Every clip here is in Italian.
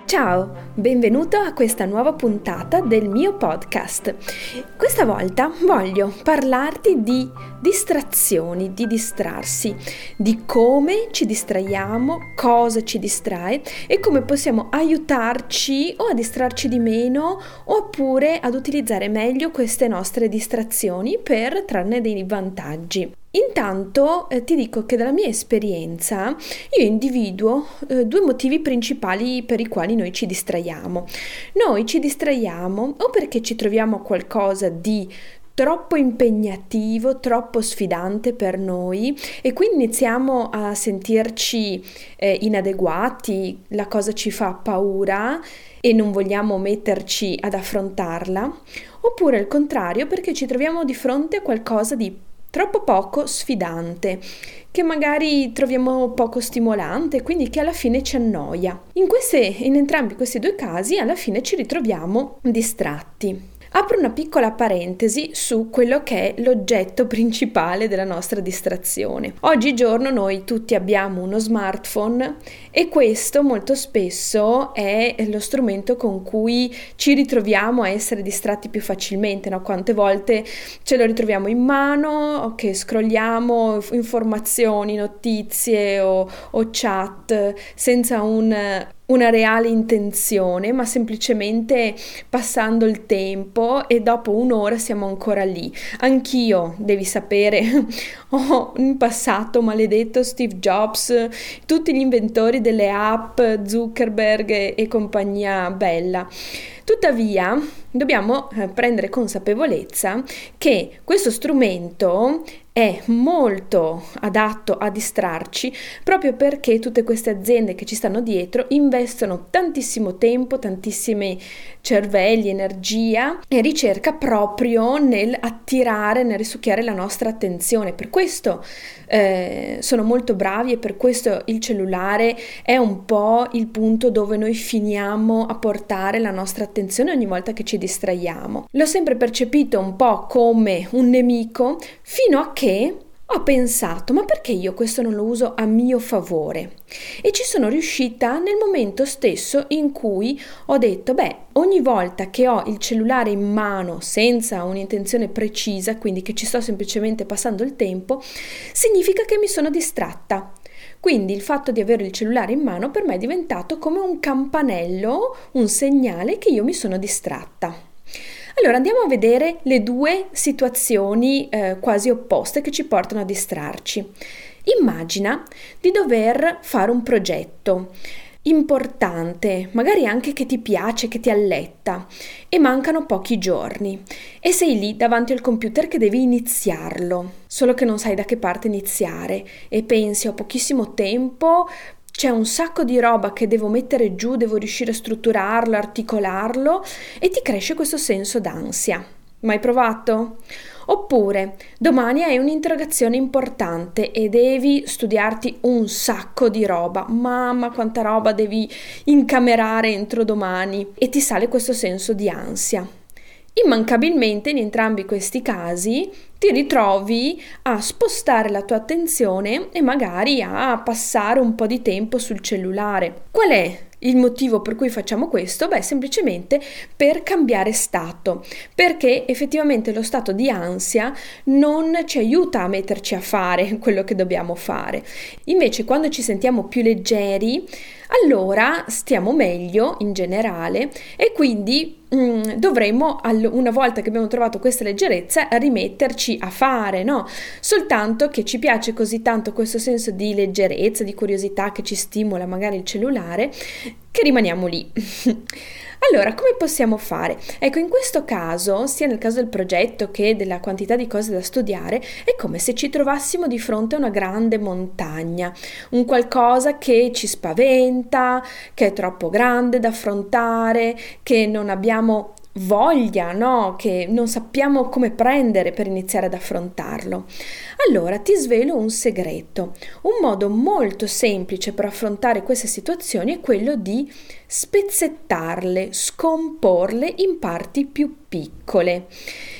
Ciao, benvenuto a questa nuova puntata del mio podcast. Questa volta voglio parlarti di distrazioni, di distrarsi, di come ci distraiamo, cosa ci distrae e come possiamo aiutarci o a distrarci di meno oppure ad utilizzare meglio queste nostre distrazioni per trarne dei vantaggi. Intanto ti dico che dalla mia esperienza io individuo due motivi principali per i quali noi ci distraiamo. Noi ci distraiamo o perché ci troviamo a qualcosa di troppo impegnativo, troppo sfidante per noi e quindi iniziamo a sentirci inadeguati, la cosa ci fa paura e non vogliamo metterci ad affrontarla, oppure al contrario perché ci troviamo di fronte a qualcosa di troppo poco sfidante, che magari troviamo poco stimolante, quindi che alla fine ci annoia. In entrambi questi due casi alla fine ci ritroviamo distratti. Apro una piccola parentesi su quello che è l'oggetto principale della nostra distrazione. Oggigiorno noi tutti abbiamo uno smartphone e questo molto spesso è lo strumento con cui ci ritroviamo a essere distratti più facilmente, no? Quante volte ce lo ritroviamo in mano, che scrolliamo informazioni, notizie o chat senza una reale intenzione, ma semplicemente passando il tempo e dopo un'ora siamo ancora lì. Anch'io, devi sapere, ho in passato maledetto Steve Jobs, tutti gli inventori delle app, Zuckerberg e compagnia bella. Tuttavia, dobbiamo prendere consapevolezza che questo strumento è molto adatto a distrarci proprio perché tutte queste aziende che ci stanno dietro investono tantissimo tempo, tantissimi cervelli, energia e ricerca proprio nel attirare, nel risucchiare la nostra attenzione. Per questo sono molto bravi e per questo il cellulare è un po' il punto dove noi finiamo a portare la nostra attenzione ogni volta che ci distraiamo. L'ho sempre percepito un po' come un nemico fino a che ho pensato, ma perché io questo non lo uso a mio favore? E ci sono riuscita nel momento stesso in cui ho detto, ogni volta che ho il cellulare in mano senza un'intenzione precisa, quindi che ci sto semplicemente passando il tempo, significa che mi sono distratta. Quindi il fatto di avere il cellulare in mano per me è diventato come un campanello, un segnale che io mi sono distratta. Allora andiamo a vedere le due situazioni quasi opposte che ci portano a distrarci. Immagina di dover fare un progetto importante, magari anche che ti piace, che ti alletta e mancano pochi giorni e sei lì davanti al computer che devi iniziarlo, solo che non sai da che parte iniziare e pensi ho pochissimo tempo. C'è un sacco di roba che devo mettere giù, devo riuscire a strutturarlo, articolarlo e ti cresce questo senso d'ansia. Mai provato? Oppure domani hai un'interrogazione importante e devi studiarti un sacco di roba. Mamma, quanta roba devi incamerare entro domani e ti sale questo senso di ansia. Immancabilmente in entrambi questi casi ti ritrovi a spostare la tua attenzione e magari a passare un po' di tempo sul cellulare. Qual è il motivo per cui facciamo questo? Semplicemente per cambiare stato, perché effettivamente lo stato di ansia non ci aiuta a metterci a fare quello che dobbiamo fare. Invece quando ci sentiamo più leggeri, allora stiamo meglio in generale e quindi dovremmo, una volta che abbiamo trovato questa leggerezza, rimetterci a fare, no? Soltanto che ci piace così tanto questo senso di leggerezza, di curiosità che ci stimola magari il cellulare, che rimaniamo lì. Allora, come possiamo fare? Ecco, in questo caso, sia nel caso del progetto che della quantità di cose da studiare, è come se ci trovassimo di fronte a una grande montagna, un qualcosa che ci spaventa, che è troppo grande da affrontare, che non abbiamo voglia, no? Che non sappiamo come prendere per iniziare ad affrontarlo. Allora ti svelo un segreto. Un modo molto semplice per affrontare queste situazioni è quello di spezzettarle, scomporle in parti più piccole.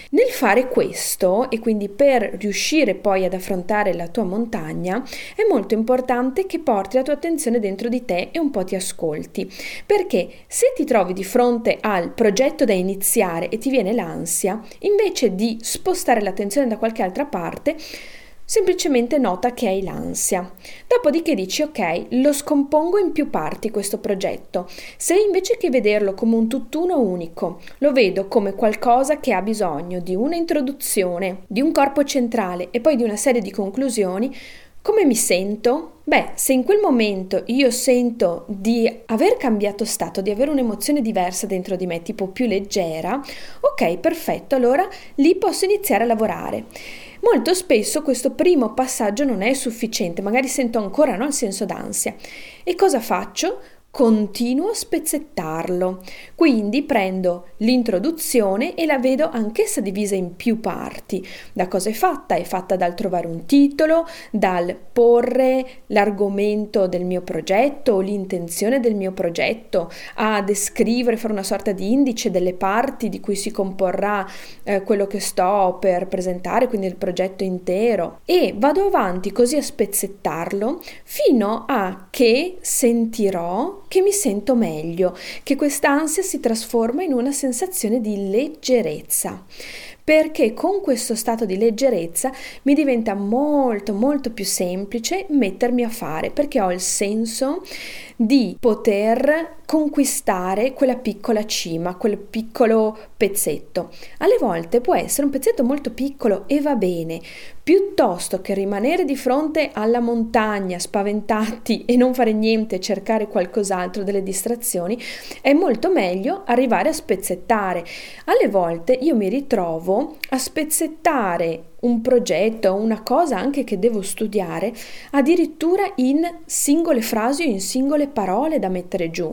Nel fare questo, e quindi per riuscire poi ad affrontare la tua montagna, è molto importante che porti la tua attenzione dentro di te e un po' ti ascolti, perché se ti trovi di fronte al progetto da iniziare e ti viene l'ansia, invece di spostare l'attenzione da qualche altra parte, semplicemente nota che hai l'ansia. Dopodiché dici: ok, lo scompongo in più parti questo progetto. Se invece che vederlo come un tutt'uno unico, lo vedo come qualcosa che ha bisogno di una introduzione, di un corpo centrale e poi di una serie di conclusioni, come mi sento? Beh, se in quel momento io sento di aver cambiato stato, di avere un'emozione diversa dentro di me, tipo più leggera, ok, perfetto, allora lì posso iniziare a lavorare. Molto spesso questo primo passaggio non è sufficiente, magari sento ancora il senso d'ansia. E cosa faccio? Continuo a spezzettarlo, quindi prendo l'introduzione e la vedo anch'essa divisa in più parti. Da cosa è fatta? È fatta dal trovare un titolo, dal porre l'argomento del mio progetto o l'intenzione del mio progetto, a descrivere, fare una sorta di indice delle parti di cui si comporrà quello che sto per presentare, quindi il progetto intero, e vado avanti così a spezzettarlo fino a che sentirò che mi sento meglio, che quest'ansia si trasforma in una sensazione di leggerezza, perché con questo stato di leggerezza mi diventa molto molto più semplice mettermi a fare, perché ho il senso di poter conquistare quella piccola cima, quel piccolo pezzetto. Alle volte può essere un pezzetto molto piccolo e va bene, piuttosto che rimanere di fronte alla montagna spaventati e non fare niente, cercare qualcos'altro, delle distrazioni, è molto meglio arrivare a spezzettare. Alle volte io mi ritrovo a spezzettare un progetto o una cosa anche che devo studiare addirittura in singole frasi o in singole parole da mettere giù,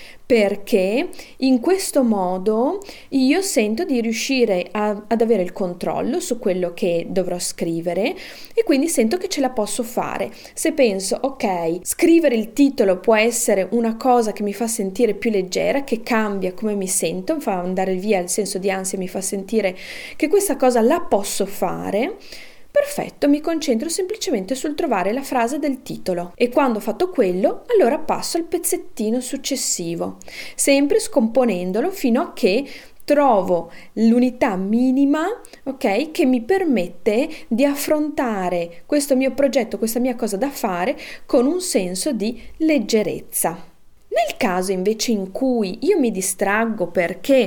perché in questo modo io sento di riuscire ad avere il controllo su quello che dovrò scrivere e quindi sento che ce la posso fare. Se penso, ok, scrivere il titolo può essere una cosa che mi fa sentire più leggera, che cambia come mi sento, mi fa andare via il senso di ansia, mi fa sentire che questa cosa la posso fare. Perfetto, mi concentro semplicemente sul trovare la frase del titolo e quando ho fatto quello, allora passo al pezzettino successivo, sempre scomponendolo fino a che trovo l'unità minima, ok, che mi permette di affrontare questo mio progetto, questa mia cosa da fare con un senso di leggerezza. Nel caso invece in cui io mi distraggo perché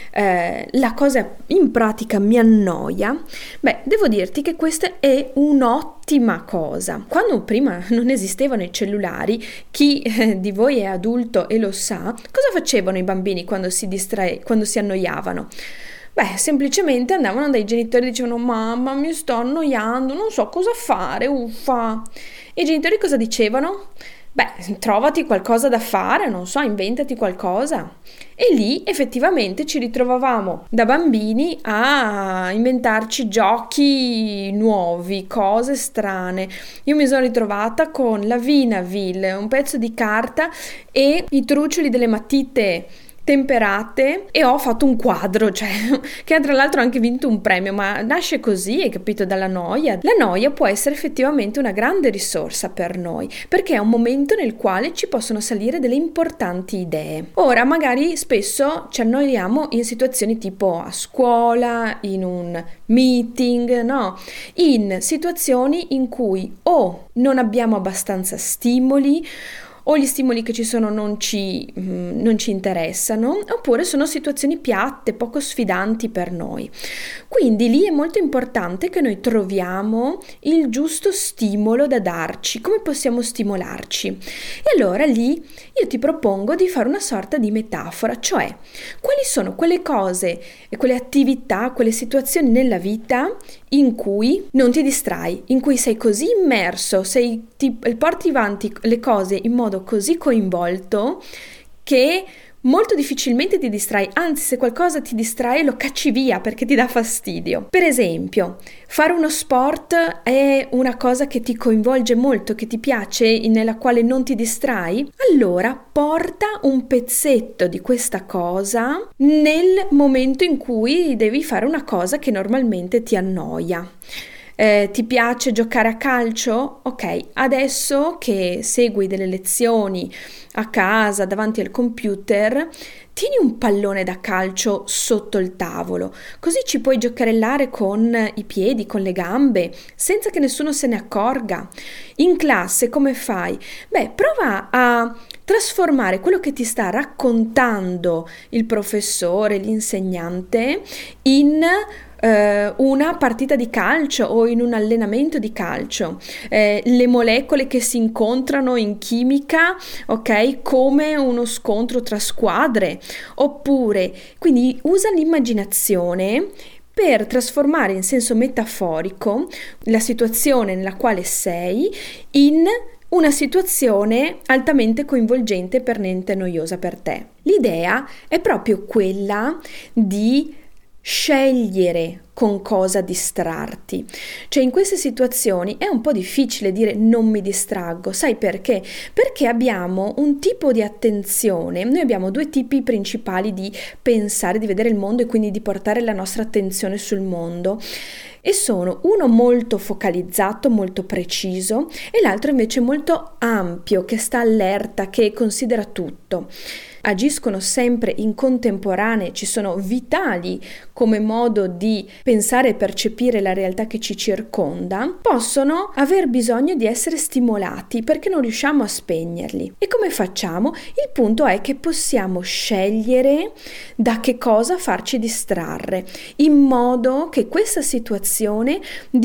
la cosa in pratica mi annoia, beh, devo dirti che questa è un'ottima cosa. Quando prima non esistevano i cellulari, chi di voi è adulto e lo sa, cosa facevano i bambini quando si annoiavano? Beh, semplicemente andavano dai genitori e dicevano: mamma, mi sto annoiando, non so cosa fare, uffa. E i genitori cosa dicevano? Beh, trovati qualcosa da fare, non so, inventati qualcosa. E lì effettivamente ci ritrovavamo da bambini a inventarci giochi nuovi, cose strane. Io mi sono ritrovata con la Vinaville, un pezzo di carta e i trucioli delle matite temperate e ho fatto un quadro, cioè, che ha tra l'altro anche vinto un premio, ma nasce così, hai capito, dalla noia. La noia può essere effettivamente una grande risorsa per noi, perché è un momento nel quale ci possono salire delle importanti idee. Ora, magari spesso ci annoiamo in situazioni tipo a scuola, in un meeting, no? In situazioni in cui o non abbiamo abbastanza stimoli, o gli stimoli che ci sono non ci interessano, oppure sono situazioni piatte, poco sfidanti per noi. Quindi lì è molto importante che noi troviamo il giusto stimolo da darci. Come possiamo stimolarci? E allora lì io ti propongo di fare una sorta di metafora, cioè quali sono quelle cose e quelle attività, quelle situazioni nella vita in cui non ti distrai, in cui sei così immerso, porti avanti le cose in modo così coinvolto che molto difficilmente ti distrai, anzi se qualcosa ti distrae lo cacci via perché ti dà fastidio. Per esempio, fare uno sport è una cosa che ti coinvolge molto, che ti piace, nella quale non ti distrai? Allora porta un pezzetto di questa cosa nel momento in cui devi fare una cosa che normalmente ti annoia. Ti piace giocare a calcio? Ok, adesso che segui delle lezioni a casa davanti al computer, tieni un pallone da calcio sotto il tavolo, così ci puoi giocherellare con i piedi, con le gambe, senza che nessuno se ne accorga. In classe come fai? Prova a trasformare quello che ti sta raccontando il professore, l'insegnante, in una partita di calcio o in un allenamento di calcio, le molecole che si incontrano in chimica, ok, come uno scontro tra squadre, oppure quindi usa l'immaginazione per trasformare in senso metaforico la situazione nella quale sei in una situazione altamente coinvolgente, per niente noiosa per te. L'idea è proprio quella di scegliere con cosa distrarti. Cioè in queste situazioni è un po' difficile dire non mi distraggo, sai perché? Perché abbiamo un tipo di attenzione, noi abbiamo due tipi principali di pensare, di vedere il mondo e quindi di portare la nostra attenzione sul mondo. E sono uno molto focalizzato, molto preciso e l'altro invece molto ampio, che sta allerta, che considera tutto. Agiscono sempre in contemporanea, ci sono vitali come modo di pensare e percepire la realtà che ci circonda, possono aver bisogno di essere stimolati perché non riusciamo a spegnerli. E come facciamo? Il punto è che possiamo scegliere da che cosa farci distrarre, in modo che questa situazione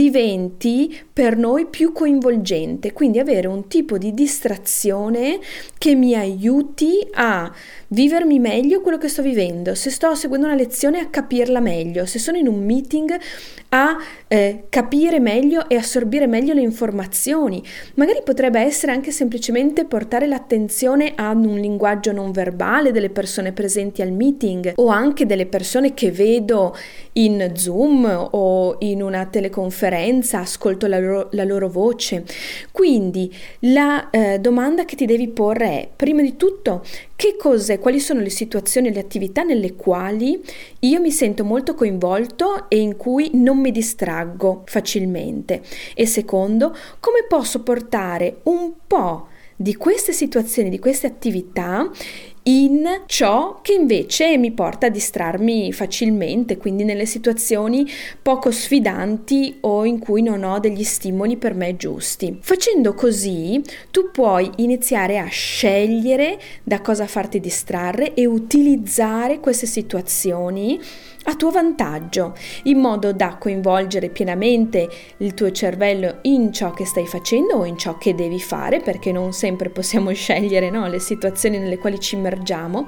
diventi per noi più coinvolgente, quindi avere un tipo di distrazione che mi aiuti a vivermi meglio quello che sto vivendo, se sto seguendo una lezione a capirla meglio, se sono in un meeting a capire meglio e assorbire meglio le informazioni. Magari potrebbe essere anche semplicemente portare l'attenzione a un linguaggio non verbale delle persone presenti al meeting o anche delle persone che vedo in Zoom o in una teleconferenza, ascolto la loro voce. Quindi la domanda che ti devi porre è, prima di tutto, che cos'è, quali sono le situazioni e le attività nelle quali io mi sento molto coinvolto e in cui non mi distraggo facilmente? E secondo, come posso portare un po' di queste situazioni, di queste attività in ciò che invece mi porta a distrarmi facilmente, quindi nelle situazioni poco sfidanti o in cui non ho degli stimoli per me giusti. Facendo così tu puoi iniziare a scegliere da cosa farti distrarre e utilizzare queste situazioni a tuo vantaggio, in modo da coinvolgere pienamente il tuo cervello in ciò che stai facendo o in ciò che devi fare, perché non sempre possiamo scegliere, no, le situazioni nelle quali ci immergiamo,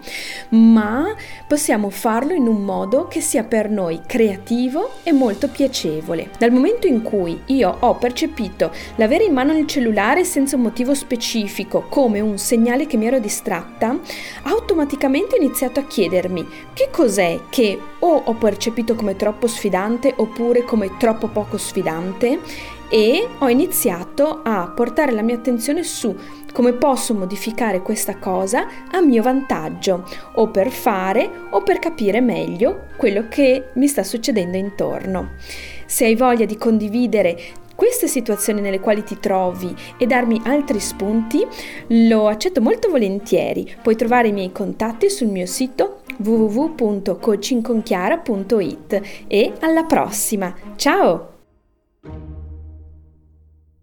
ma possiamo farlo in un modo che sia per noi creativo e molto piacevole. Dal momento in cui io ho percepito l'avere in mano il cellulare senza un motivo specifico come un segnale che mi ero distratta, automaticamente ho iniziato a chiedermi che cos'è che o ho percepito come troppo sfidante oppure come troppo poco sfidante, e ho iniziato a portare la mia attenzione su come posso modificare questa cosa a mio vantaggio, o per fare o per capire meglio quello che mi sta succedendo intorno. Se hai voglia di condividere queste situazioni nelle quali ti trovi e darmi altri spunti, lo accetto molto volentieri. Puoi trovare i miei contatti sul mio sito www.coachingconchiara.it e alla prossima. Ciao!